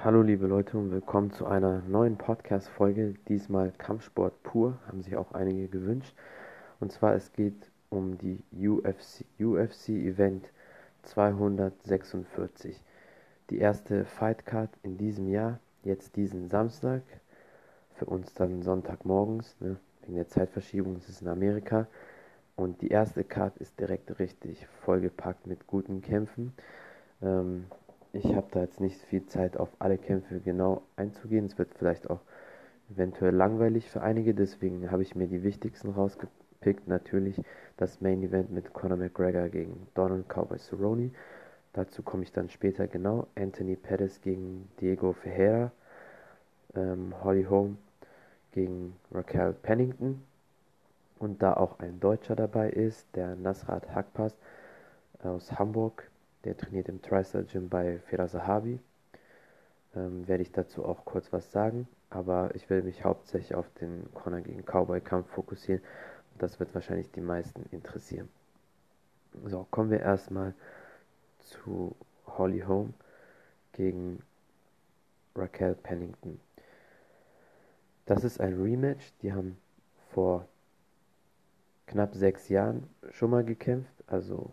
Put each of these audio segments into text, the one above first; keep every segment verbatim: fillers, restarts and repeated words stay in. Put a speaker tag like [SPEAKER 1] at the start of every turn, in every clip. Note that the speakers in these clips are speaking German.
[SPEAKER 1] Hallo liebe Leute und willkommen zu einer neuen Podcast-Folge, diesmal Kampfsport pur, haben sich auch einige gewünscht. Und zwar es geht um die U F C, U F C Event zweihundertsechsundvierzig. Die erste Fight Card in diesem Jahr, jetzt diesen Samstag, für uns dann Sonntagmorgens, ne, wegen der Zeitverschiebung, es ist in Amerika. Und die erste Card ist direkt richtig vollgepackt mit guten Kämpfen. Ähm, Ich habe da jetzt nicht viel Zeit, auf alle Kämpfe genau einzugehen. Es wird vielleicht auch eventuell langweilig für einige, deswegen habe ich mir die wichtigsten rausgepickt. Natürlich das Main Event mit Conor McGregor gegen Donald Cowboy Cerrone. Dazu komme ich dann später genau. Anthony Pettis gegen Diego Ferreira. Ähm, Holly Holm gegen Raquel Pennington. Und da auch ein Deutscher dabei ist, der Nasrat Hakparas aus Hamburg, der trainiert im TriStar Gym bei Firas Zahabi. Ähm, werde ich dazu auch kurz was sagen, aber ich will mich hauptsächlich auf den Conor gegen Cowboy Kampf fokussieren. Das wird wahrscheinlich die meisten interessieren. So, kommen wir erstmal zu Holly Holm gegen Raquel Pennington. Das ist ein Rematch, die haben vor knapp sechs Jahren schon mal gekämpft, also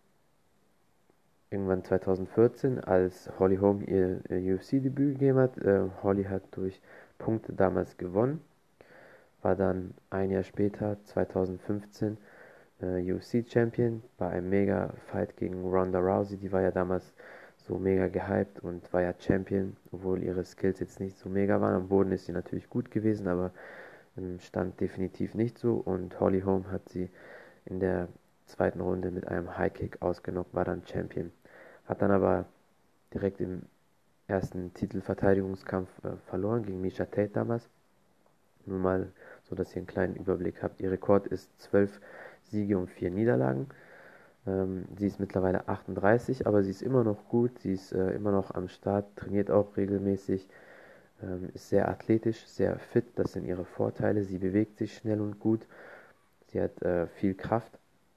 [SPEAKER 1] irgendwann zweitausendvierzehn, als Holly Holm ihr, ihr U F C-Debüt gegeben hat. Äh, Holly hat durch Punkte damals gewonnen, war dann ein Jahr später, zweitausendfünfzehn, äh, U F C-Champion bei einem Mega-Fight gegen Ronda Rousey. Die war ja damals so mega gehypt und war ja Champion, obwohl ihre Skills jetzt nicht so mega waren. Am Boden ist sie natürlich gut gewesen, aber im Stand definitiv nicht so. Und Holly Holm hat sie in der zweiten Runde mit einem High-Kick ausgenockt, war dann Champion. Hat dann aber direkt im ersten Titelverteidigungskampf äh, verloren gegen Miesha Tate damals. Nur mal so, dass ihr einen kleinen Überblick habt. Ihr Rekord ist zwölf Siege und vier Niederlagen. Ähm, sie ist mittlerweile achtunddreißig, aber sie ist immer noch gut. Sie ist äh, immer noch am Start, trainiert auch regelmäßig, ähm, ist sehr athletisch, sehr fit. Das sind ihre Vorteile. Sie bewegt sich schnell und gut. Sie hat äh, viel Kraft.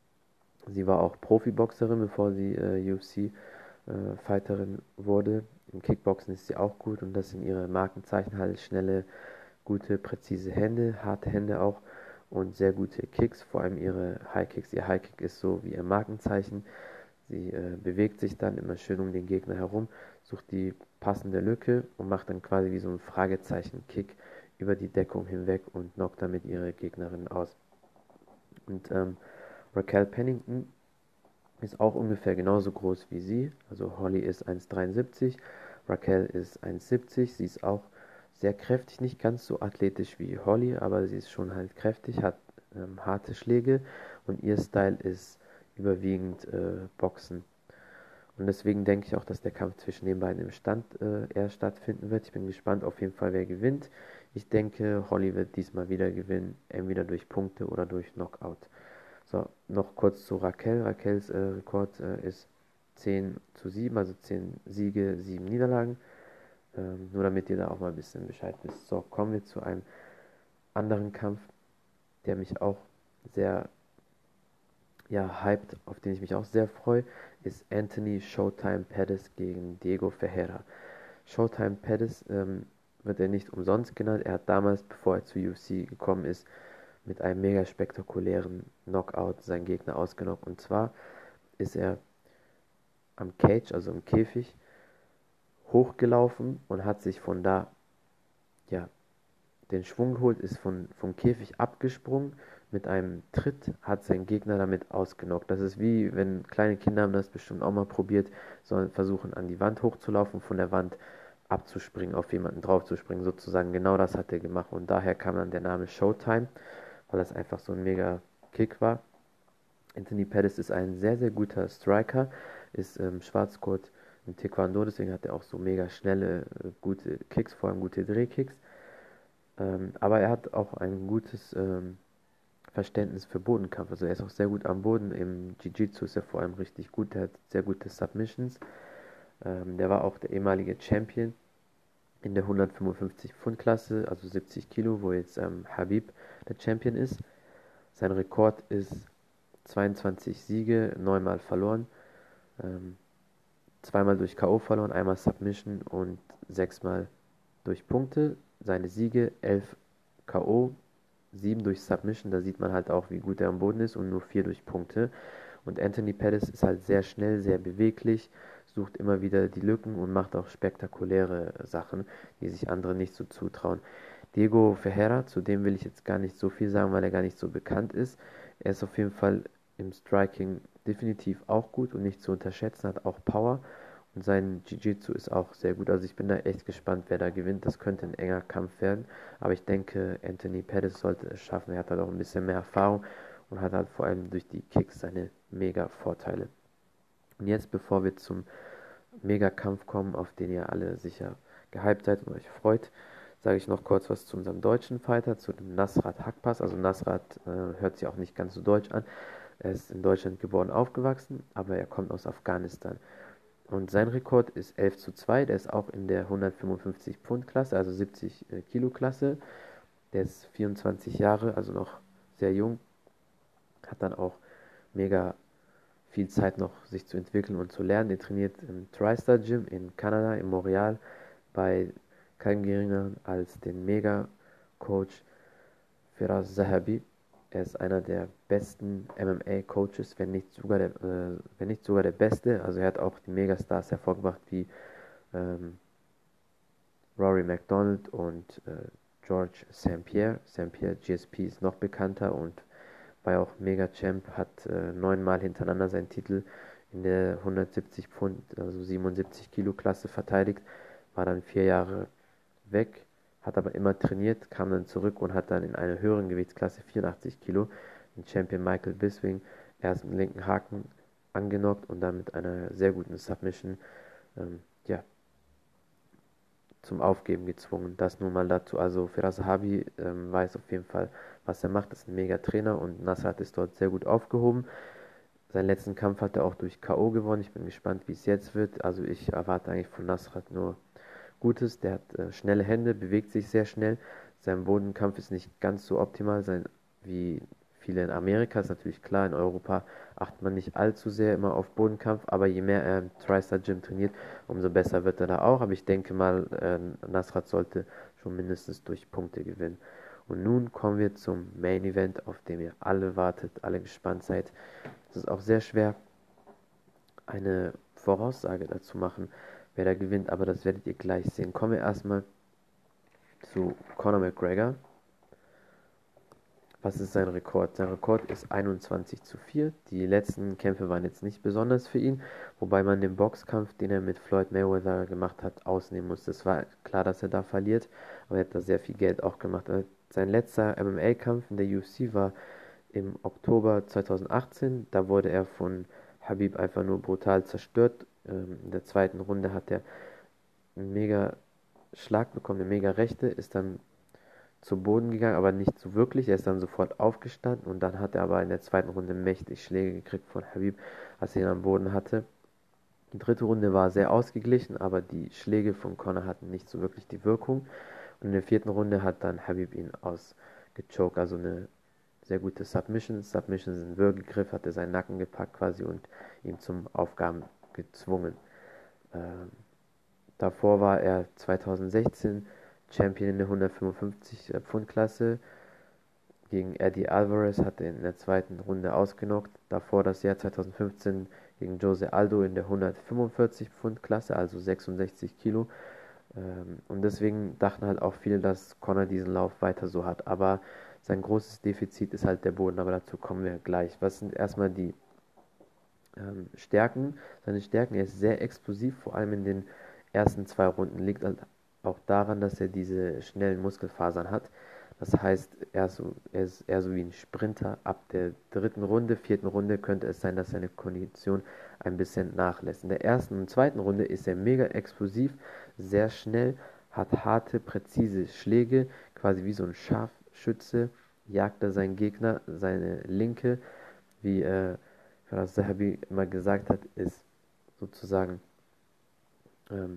[SPEAKER 1] Sie war auch Profiboxerin, bevor sie äh, U F C-Fighterin äh, wurde. Im Kickboxen ist sie auch gut und das sind ihre Markenzeichen halt schnelle, gute, präzise Hände, harte Hände auch und sehr gute Kicks, vor allem ihre High Kicks. Ihr High Kick ist so wie ihr Markenzeichen. Sie äh, bewegt sich dann immer schön um den Gegner herum, sucht die passende Lücke und macht dann quasi wie so ein Fragezeichen-Kick über die Deckung hinweg und knockt damit ihre Gegnerin aus. Und ähm, Raquel Pennington ist auch ungefähr genauso groß wie sie. Also Holly ist eins Komma dreiundsiebzig, Raquel ist eins Komma siebzig. Sie ist auch sehr kräftig, nicht ganz so athletisch wie Holly, aber sie ist schon halt kräftig, hat ähm, harte Schläge und ihr Style ist überwiegend äh, Boxen. Und deswegen denke ich auch, dass der Kampf zwischen den beiden im Stand äh, eher stattfinden wird. Ich bin gespannt auf jeden Fall, wer gewinnt. Ich denke, Holly wird diesmal wieder gewinnen, entweder durch Punkte oder durch Knockout. So, noch kurz zu Raquel. Raquels äh, Rekord äh, ist zehn zu sieben, also zehn Siege, sieben Niederlagen. Ähm, nur damit ihr da auch mal ein bisschen Bescheid wisst. So, kommen wir zu einem anderen Kampf, der mich auch sehr, ja, hyped, auf den ich mich auch sehr freue, ist Anthony Showtime Pettis gegen Diego Ferreira. Showtime Pettis ähm, wird er nicht umsonst genannt. Er hat damals, bevor er zu U F C gekommen ist, mit einem mega spektakulären Knockout seinen Gegner ausgenockt. Und zwar ist er am Cage, also im Käfig, hochgelaufen und hat sich von da, ja, den Schwung geholt, ist von, vom Käfig abgesprungen, mit einem Tritt hat seinen Gegner damit ausgenockt. Das ist wie, wenn kleine Kinder haben das bestimmt auch mal probiert, sollen versuchen an die Wand hochzulaufen, von der Wand abzuspringen, auf jemanden draufzuspringen, sozusagen. Genau das hat er gemacht und daher kam dann der Name Showtime, weil das einfach so ein mega Kick war. Anthony Pettis ist ein sehr, sehr guter Striker, ist ähm, Schwarzgurt im Taekwondo, deswegen hat er auch so mega schnelle, äh, gute Kicks, vor allem gute Drehkicks. Ähm, aber er hat auch ein gutes ähm, Verständnis für Bodenkampf. Also er ist auch sehr gut am Boden. Im Jiu-Jitsu ist er vor allem richtig gut. Er hat sehr gute Submissions. Ähm, der war auch der ehemalige Champion in der hundertfünfundfünfzig Pfund Klasse, also siebzig Kilo, wo jetzt ähm, Habib der Champion ist. Sein Rekord ist zweiundzwanzig Siege, neun Mal verloren. Ähm, zweimal durch K O verloren, einmal Submission und sechsmal durch Punkte. Seine Siege, elf K O, sieben durch Submission, da sieht man halt auch, wie gut er am Boden ist, und nur vier durch Punkte. Und Anthony Pettis ist halt sehr schnell, sehr beweglich, sucht immer wieder die Lücken und macht auch spektakuläre Sachen, die sich andere nicht so zutrauen. Diego Ferreira, zu dem will ich jetzt gar nicht so viel sagen, weil er gar nicht so bekannt ist. Er ist auf jeden Fall im Striking definitiv auch gut und nicht zu unterschätzen, hat auch Power, und sein Jiu-Jitsu ist auch sehr gut. Also ich bin da echt gespannt, wer da gewinnt. Das könnte ein enger Kampf werden, aber ich denke, Anthony Pettis sollte es schaffen. Er hat halt auch ein bisschen mehr Erfahrung und hat halt vor allem durch die Kicks seine mega Vorteile. Und jetzt, bevor wir zum Mega-Kampf kommen, auf den ihr alle sicher gehypt seid und euch freut, sage ich noch kurz was zu unserem deutschen Fighter, zu dem Nasrat Hakparas. Also Nasrat äh, hört sich auch nicht ganz so deutsch an. Er ist in Deutschland geboren, aufgewachsen, aber er kommt aus Afghanistan. Und sein Rekord ist elf zu zwei. Der ist auch in der hundertfünfundfünfzig Pfund Klasse, also siebzig Kilo Klasse. Der ist vierundzwanzig Jahre, also noch sehr jung. Hat dann auch mega viel Zeit noch, sich zu entwickeln und zu lernen. Er trainiert im TriStar Gym in Kanada, in Montreal, bei keinem geringeren als den Mega-Coach Firas Zahabi. Er ist einer der besten M M A-Coaches, wenn nicht sogar der, äh, wenn nicht sogar der beste. Also er hat auch die Megastars hervorgebracht wie ähm, Rory MacDonald und äh, George Saint Pierre. Saint Pierre G S P ist noch bekannter und war ja auch Mega-Champ, hat äh, neunmal hintereinander seinen Titel in der hundertsiebzig Pfund, also siebenundsiebzig Kilo Klasse verteidigt, war dann vier Jahre weg, hat aber immer trainiert, kam dann zurück und hat dann in einer höheren Gewichtsklasse, vierundachtzig Kilo, den Champion Michael Bisping erst mit linken Haken angenockt und dann mit einer sehr guten Submission ähm, ja, zum Aufgeben gezwungen. Das nun mal dazu. Also Firas Zahabi ähm, weiß auf jeden Fall, was er macht, ist ein mega Trainer und Nasrat ist dort sehr gut aufgehoben. Seinen letzten Kampf hat er auch durch K O gewonnen. Ich bin gespannt, wie es jetzt wird. Also ich erwarte eigentlich von Nasrat nur Gutes. Der hat äh, schnelle Hände, bewegt sich sehr schnell. Sein Bodenkampf ist nicht ganz so optimal sein, wie viele in Amerika. Ist natürlich klar, in Europa achtet man nicht allzu sehr immer auf Bodenkampf, aber je mehr er im TriStar Gym trainiert, umso besser wird er da auch. Aber ich denke mal, äh, Nasrat sollte schon mindestens durch Punkte gewinnen. Und nun kommen wir zum Main Event, auf dem ihr alle wartet, alle gespannt seid. Es ist auch sehr schwer, eine Voraussage dazu machen, wer da gewinnt, aber das werdet ihr gleich sehen. Kommen wir erstmal zu Conor McGregor. Was ist sein Rekord? Sein Rekord ist einundzwanzig zu vier. Die letzten Kämpfe waren jetzt nicht besonders für ihn, wobei man den Boxkampf, den er mit Floyd Mayweather gemacht hat, ausnehmen muss. Es war klar, dass er da verliert, aber er hat da sehr viel Geld auch gemacht. Sein letzter M M A-Kampf in der U F C war im Oktober zweitausendachtzehn. Da wurde er von Khabib einfach nur brutal zerstört. In der zweiten Runde hat er einen mega Schlag bekommen, eine mega Rechte, ist dann zu Boden gegangen, aber nicht so wirklich. Er ist dann sofort aufgestanden und dann hat er aber in der zweiten Runde mächtig Schläge gekriegt von Khabib, als er ihn am Boden hatte. Die dritte Runde war sehr ausgeglichen, aber die Schläge von Conor hatten nicht so wirklich die Wirkung. Und in der vierten Runde hat dann Khabib ihn ausgechoked, also eine sehr gute Submission. Submission ist ein Würgegriff, hat er seinen Nacken gepackt quasi und ihn zum Aufgaben gezwungen. Ähm, davor war er zweitausendsechzehn Champion in der hundertfünfundfünfzig Pfund Klasse. Gegen Eddie Alvarez hat er in der zweiten Runde ausgenockt. Davor das Jahr zweitausendfünfzehn gegen Jose Aldo in der hundertfünfundvierzig Pfund Klasse, also sechsundsechzig Kilo. Ähm, und deswegen dachten halt auch viele, dass Conor diesen Lauf weiter so hat. Aber sein großes Defizit ist halt der Boden, aber dazu kommen wir gleich. Was sind erstmal die ähm, Stärken? Seine Stärken, er ist sehr explosiv, vor allem in den ersten zwei Runden. Liegt halt auch daran, dass er diese schnellen Muskelfasern hat. Das heißt, er ist, so, er ist eher so wie ein Sprinter. Ab der dritten Runde, vierten Runde könnte es sein, dass seine Kondition ein bisschen nachlässt. In der ersten und zweiten Runde ist er mega explosiv, sehr schnell, hat harte, präzise Schläge, quasi wie so ein Scharfschütze, jagt er seinen Gegner, seine Linke, wie äh, Firas Zahabi immer gesagt hat, ist sozusagen ähm,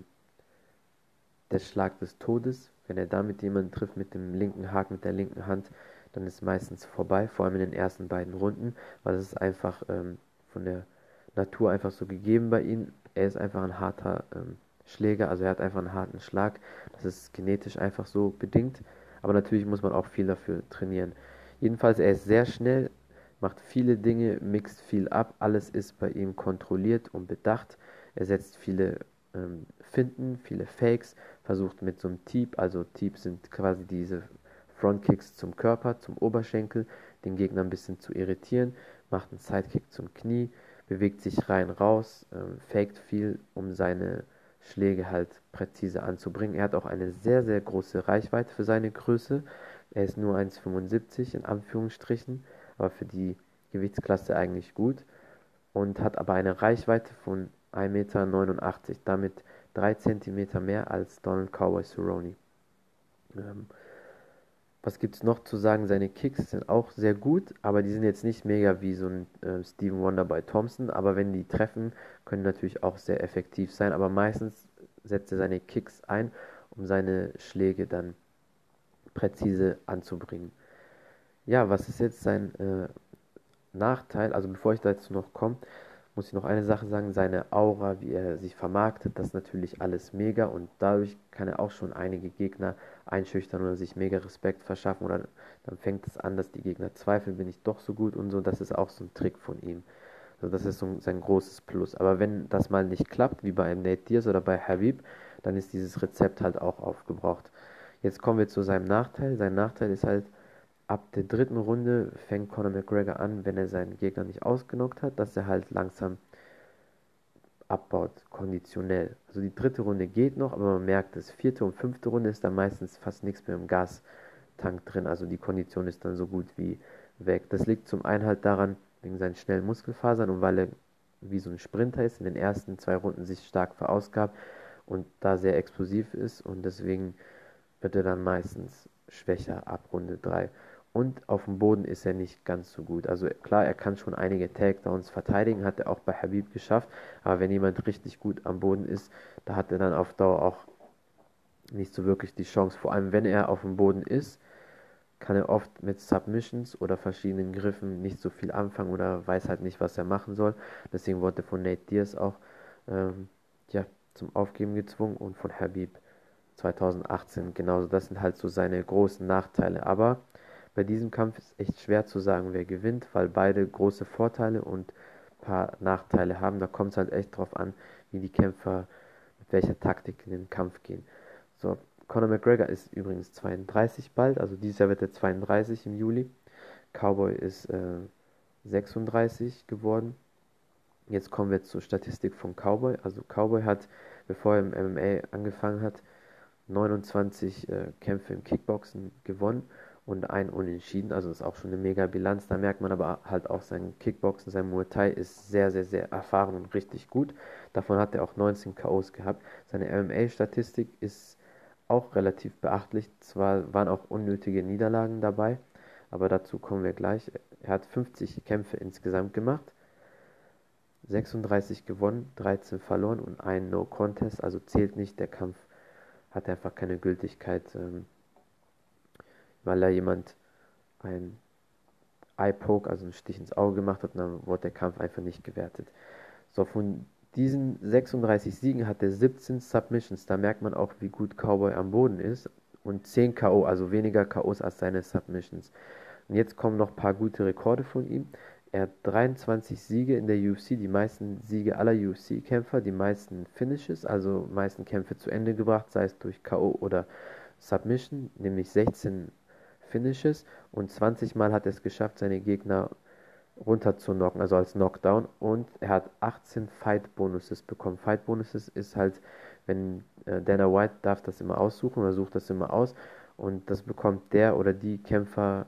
[SPEAKER 1] der Schlag des Todes. Wenn er damit jemanden trifft mit dem linken Haken, mit der linken Hand, dann ist meistens vorbei, vor allem in den ersten beiden Runden, weil es ist einfach ähm, von der Natur einfach so gegeben bei ihm. er ist einfach ein harter ähm, Schläger, also er hat einfach einen harten Schlag. Das ist genetisch einfach so bedingt. Aber natürlich muss man auch viel dafür trainieren. Jedenfalls, er ist sehr schnell, macht viele Dinge, mixt viel ab. Alles ist bei ihm kontrolliert und bedacht. Er setzt viele ähm, Finten, viele Fakes, versucht mit so einem Teep, also Teep sind quasi diese Frontkicks zum Körper, zum Oberschenkel, den Gegner ein bisschen zu irritieren, macht einen Sidekick zum Knie, bewegt sich rein, raus, ähm, faked viel, um seine Schläge halt präzise anzubringen. Er hat auch eine sehr, sehr große Reichweite für seine Größe. Er ist nur eins Komma fünfundsiebzig in Anführungsstrichen, aber für die Gewichtsklasse eigentlich gut und hat aber eine Reichweite von ein Komma neunundachtzig Meter, damit drei Zentimeter mehr als Donald Cowboy Cerrone. Ähm, Was gibt es noch zu sagen? Seine Kicks sind auch sehr gut, aber die sind jetzt nicht mega wie so ein äh, Stephen Wonder bei Thompson. Aber wenn die treffen, können natürlich auch sehr effektiv sein. Aber meistens setzt er seine Kicks ein, um seine Schläge dann präzise anzubringen. Ja, was ist jetzt sein äh, Nachteil? Also bevor ich dazu noch komme, muss ich noch eine Sache sagen, seine Aura, wie er sich vermarktet, das ist natürlich alles mega und dadurch kann er auch schon einige Gegner einschüchtern oder sich mega Respekt verschaffen oder dann fängt es an, dass die Gegner zweifeln, bin ich doch so gut und so, das ist auch so ein Trick von ihm. Also das ist so sein großes Plus. Aber wenn das mal nicht klappt, wie bei einem Nate Diaz oder bei Habib, dann ist dieses Rezept halt auch aufgebraucht. Jetzt kommen wir zu seinem Nachteil. Sein Nachteil ist halt, ab der dritten Runde fängt Conor McGregor an, wenn er seinen Gegner nicht ausgenockt hat, dass er halt langsam abbaut, konditionell. Also die dritte Runde geht noch, aber man merkt es. Vierte und fünfte Runde ist dann meistens fast nichts mehr im Gastank drin. Also die Kondition ist dann so gut wie weg. Das liegt zum einen halt daran, wegen seinen schnellen Muskelfasern und weil er wie so ein Sprinter ist, in den ersten zwei Runden sich stark verausgabt und da sehr explosiv ist und deswegen wird er dann meistens schwächer ab Runde drei. Und auf dem Boden ist er nicht ganz so gut. Also klar, er kann schon einige Takedowns verteidigen, hat er auch bei Habib geschafft. Aber wenn jemand richtig gut am Boden ist, da hat er dann auf Dauer auch nicht so wirklich die Chance. Vor allem, wenn er auf dem Boden ist, kann er oft mit Submissions oder verschiedenen Griffen nicht so viel anfangen oder weiß halt nicht, was er machen soll. Deswegen wurde er von Nate Diaz auch ähm, ja, zum Aufgeben gezwungen und von Habib zwanzig achtzehn genauso. Das sind halt so seine großen Nachteile. Aber bei diesem Kampf ist echt schwer zu sagen, wer gewinnt, weil beide große Vorteile und ein paar Nachteile haben. Da kommt es halt echt drauf an, wie die Kämpfer mit welcher Taktik in den Kampf gehen. So, Conor McGregor ist übrigens zweiunddreißig bald, also dieses Jahr wird er zweiunddreißig im Juli. Cowboy ist äh, sechsunddreißig geworden. Jetzt kommen wir zur Statistik von Cowboy. Also Cowboy hat, bevor er im M M A angefangen hat, neunundzwanzig äh, Kämpfe im Kickboxen gewonnen und ein Unentschieden. Also das ist auch schon eine mega Bilanz. Da merkt man aber halt auch, sein Kickboxen, sein Muay Thai ist sehr, sehr, sehr erfahren und richtig gut. Davon hat er auch neunzehn K Os gehabt. Seine M M A-Statistik ist auch relativ beachtlich. Zwar waren auch unnötige Niederlagen dabei, aber dazu kommen wir gleich. Er hat fünfzig Kämpfe insgesamt gemacht, sechsunddreißig gewonnen, dreizehn verloren und ein No Contest, also zählt nicht. Der Kampf hat einfach keine Gültigkeit, ähm, weil da jemand ein Eye-Poke, also einen Stich ins Auge gemacht hat und dann wurde der Kampf einfach nicht gewertet. So, von diesen sechsunddreißig Siegen hat er siebzehn Submissions, da merkt man auch, wie gut Cowboy am Boden ist und zehn K O, also weniger K Os als seine Submissions. Und jetzt kommen noch ein paar gute Rekorde von ihm. Er hat dreiundzwanzig Siege in der U F C, die meisten Siege aller U F C-Kämpfer, die meisten Finishes, also meisten Kämpfe zu Ende gebracht, sei es durch K O oder Submission, nämlich sechzehn Finishes und zwanzig Mal hat er es geschafft, seine Gegner runter zu knocken, also als Knockdown und er hat achtzehn Fight-Bonuses bekommen. Fight-Bonuses ist halt, wenn äh, Dana White darf das immer aussuchen oder sucht das immer aus und das bekommt der oder die Kämpferin,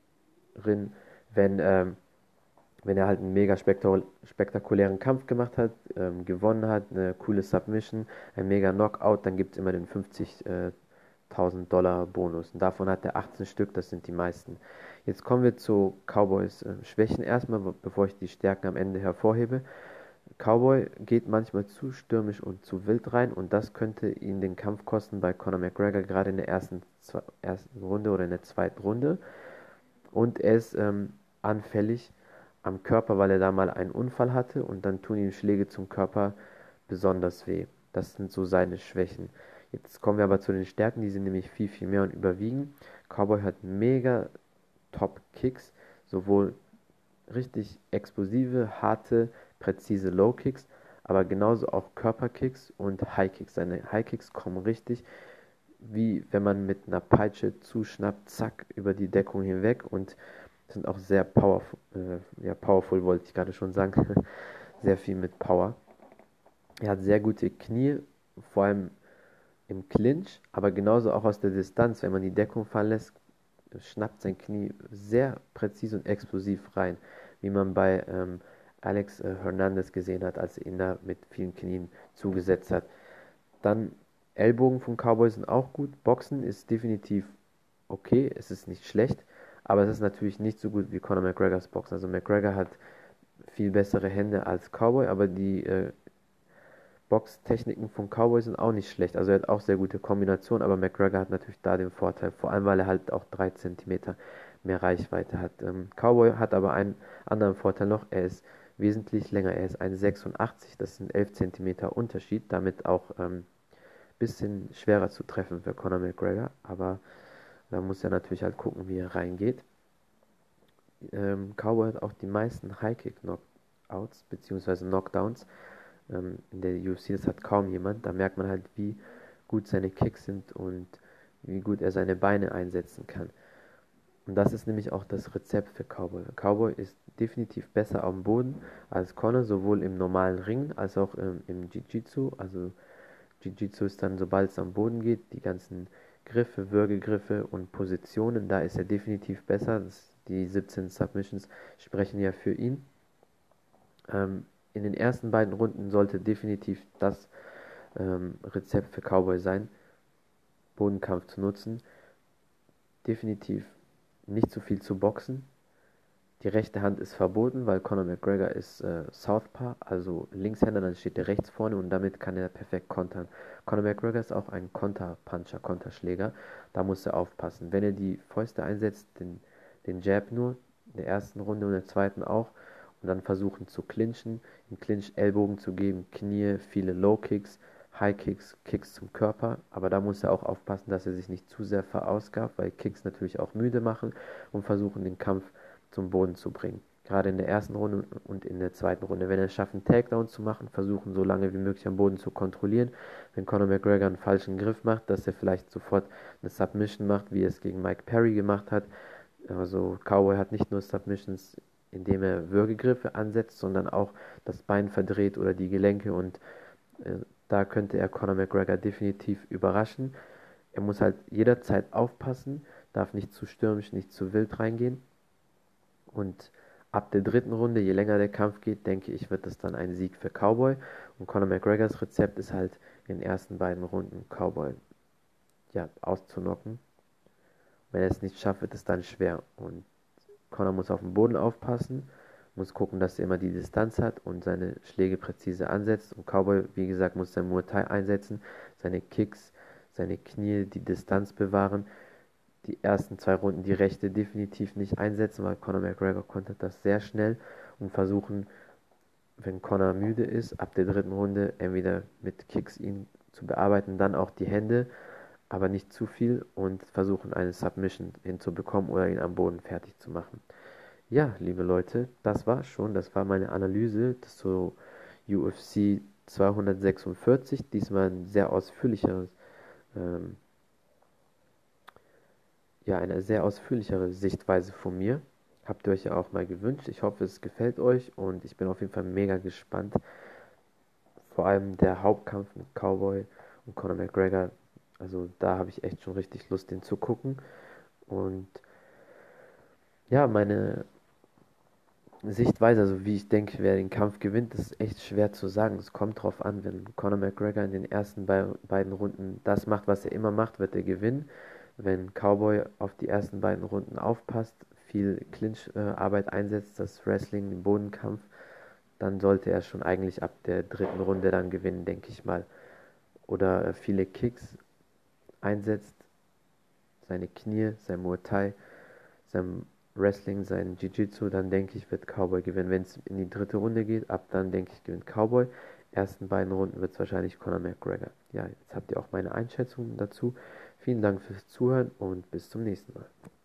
[SPEAKER 1] wenn ähm, wenn er halt einen mega spektakulären Kampf gemacht hat, ähm, gewonnen hat, eine coole Submission, ein mega Knockout, dann gibt es immer den fünfzigtausend Dollar Bonus. Und davon hat er achtzehn Stück, das sind die meisten. Jetzt kommen wir zu Cowboys äh, Schwächen erstmal, bevor ich die Stärken am Ende hervorhebe. Cowboy geht manchmal zu stürmisch und zu wild rein und das könnte ihn den Kampf kosten bei Conor McGregor, gerade in der ersten, zwei, ersten Runde oder in der zweiten Runde. Und er ist ähm, anfällig am Körper, weil er da mal einen Unfall hatte und dann tun ihm Schläge zum Körper besonders weh. Das sind so seine Schwächen. Jetzt kommen wir aber zu den Stärken, die sind nämlich viel, viel mehr und überwiegen. Cowboy hat mega Top-Kicks, sowohl richtig explosive, harte, präzise Low-Kicks, aber genauso auch Körperkicks und High-Kicks. Seine High-Kicks kommen richtig, wie wenn man mit einer Peitsche zuschnappt, zack, über die Deckung hinweg und sind auch sehr powerful, äh, ja, powerful wollte ich gerade schon sagen, sehr viel mit Power. Er hat sehr gute Knie, vor allem im Clinch, aber genauso auch aus der Distanz, wenn man die Deckung fallen lässt, schnappt sein Knie sehr präzise und explosiv rein, wie man bei ähm, Alex äh, Hernandez gesehen hat, als er ihn da mit vielen Knien zugesetzt hat. Dann Ellbogen von Cowboy sind auch gut. Boxen ist definitiv okay, es ist nicht schlecht, aber es ist natürlich nicht so gut wie Conor McGregors Boxen. Also McGregor hat viel bessere Hände als Cowboy, aber die äh, Boxtechniken von Cowboy sind auch nicht schlecht. Also er hat auch sehr gute Kombinationen, aber McGregor hat natürlich da den Vorteil, vor allem weil er halt auch drei Zentimeter mehr Reichweite hat. Ähm, Cowboy hat aber einen anderen Vorteil noch, er ist wesentlich länger, er ist eins Komma sechsundachtzig, das sind elf Zentimeter Unterschied, damit auch ein ähm, bisschen schwerer zu treffen für Conor McGregor, aber da muss er natürlich halt gucken, wie er reingeht. Ähm, Cowboy hat auch die meisten High-Kick-Knockouts bzw. Knockdowns ähm, in der U F C, das hat kaum jemand. Da merkt man halt, wie gut seine Kicks sind und wie gut er seine Beine einsetzen kann. Und das ist nämlich auch das Rezept für Cowboy. Cowboy ist definitiv besser am Boden als Conor, sowohl im normalen Ring als auch ähm, im Jiu-Jitsu. Also Jiu-Jitsu ist dann, sobald es am Boden geht, die ganzen Griffe, Würgegriffe und Positionen, da ist er definitiv besser. Das, die siebzehn Submissions sprechen ja für ihn. Ähm, in den ersten beiden Runden sollte definitiv das ähm, Rezept für Cowboy sein, Bodenkampf zu nutzen. Definitiv nicht zu viel zu boxen. Die rechte Hand ist verboten, weil Conor McGregor ist äh, Southpaw, also Linkshänder, dann steht er rechts vorne und damit kann er perfekt kontern. Conor McGregor ist auch ein Konterpuncher, Konterschläger, da muss er aufpassen. Wenn er die Fäuste einsetzt, den, den Jab nur, in der ersten Runde und in der zweiten auch, und dann versuchen zu clinchen, im Clinch Ellbogen zu geben, Knie, viele Low Kicks, High Kicks, Kicks zum Körper, aber da muss er auch aufpassen, dass er sich nicht zu sehr verausgabt, weil Kicks natürlich auch müde machen und versuchen den Kampf zum Boden zu bringen. Gerade in der ersten Runde und in der zweiten Runde. Wenn er es schafft, einen Takedown zu machen, versuchen so lange wie möglich am Boden zu kontrollieren. Wenn Conor McGregor einen falschen Griff macht, dass er vielleicht sofort eine Submission macht, wie er es gegen Mike Perry gemacht hat. Also Cowboy hat nicht nur Submissions, indem er Würgegriffe ansetzt, sondern auch das Bein verdreht oder die Gelenke und äh, da könnte er Conor McGregor definitiv überraschen. Er muss halt jederzeit aufpassen, darf nicht zu stürmisch, nicht zu wild reingehen. Und ab der dritten Runde, je länger der Kampf geht, denke ich, wird das dann ein Sieg für Cowboy. Und Conor McGregors Rezept ist halt in den ersten beiden Runden Cowboy ja, auszunocken. Wenn er es nicht schafft, wird es dann schwer. Und Conor muss auf den Boden aufpassen, muss gucken, dass er immer die Distanz hat und seine Schläge präzise ansetzt. Und Cowboy, wie gesagt, muss sein Muay Thai einsetzen, seine Kicks, seine Knie, die Distanz bewahren. Die ersten zwei Runden die rechte definitiv nicht einsetzen, weil Conor McGregor konnte das sehr schnell und versuchen, wenn Conor müde ist, ab der dritten Runde entweder mit Kicks ihn zu bearbeiten, dann auch die Hände, aber nicht zu viel und versuchen eine Submission hinzubekommen oder ihn am Boden fertig zu machen. Ja, liebe Leute, das war schon, das war meine Analyse zu U F C zweihundertsechsundvierzig, diesmal ein sehr ausführlicheres ähm, ja, eine sehr ausführlichere Sichtweise von mir. Habt ihr euch ja auch mal gewünscht. Ich hoffe, es gefällt euch und ich bin auf jeden Fall mega gespannt. Vor allem der Hauptkampf mit Cowboy und Conor McGregor. Also da habe ich echt schon richtig Lust, den zu gucken. Und ja, meine Sichtweise, also wie ich denke, wer den Kampf gewinnt, ist echt schwer zu sagen. Es kommt drauf an, wenn Conor McGregor in den ersten be beiden Runden das macht, was er immer macht, wird er gewinnen. Wenn Cowboy auf die ersten beiden Runden aufpasst, viel Clinch-Arbeit einsetzt, das Wrestling, den Bodenkampf, dann sollte er schon eigentlich ab der dritten Runde dann gewinnen, denke ich mal. Oder viele Kicks einsetzt, seine Knie, sein Muay Thai, sein Wrestling, sein Jiu-Jitsu, dann denke ich, wird Cowboy gewinnen. Wenn es in die dritte Runde geht, ab dann denke ich, gewinnt Cowboy. ersten beiden Runden wird es wahrscheinlich Conor McGregor. Ja, jetzt habt ihr auch meine Einschätzung dazu. Vielen Dank fürs Zuhören und bis zum nächsten Mal.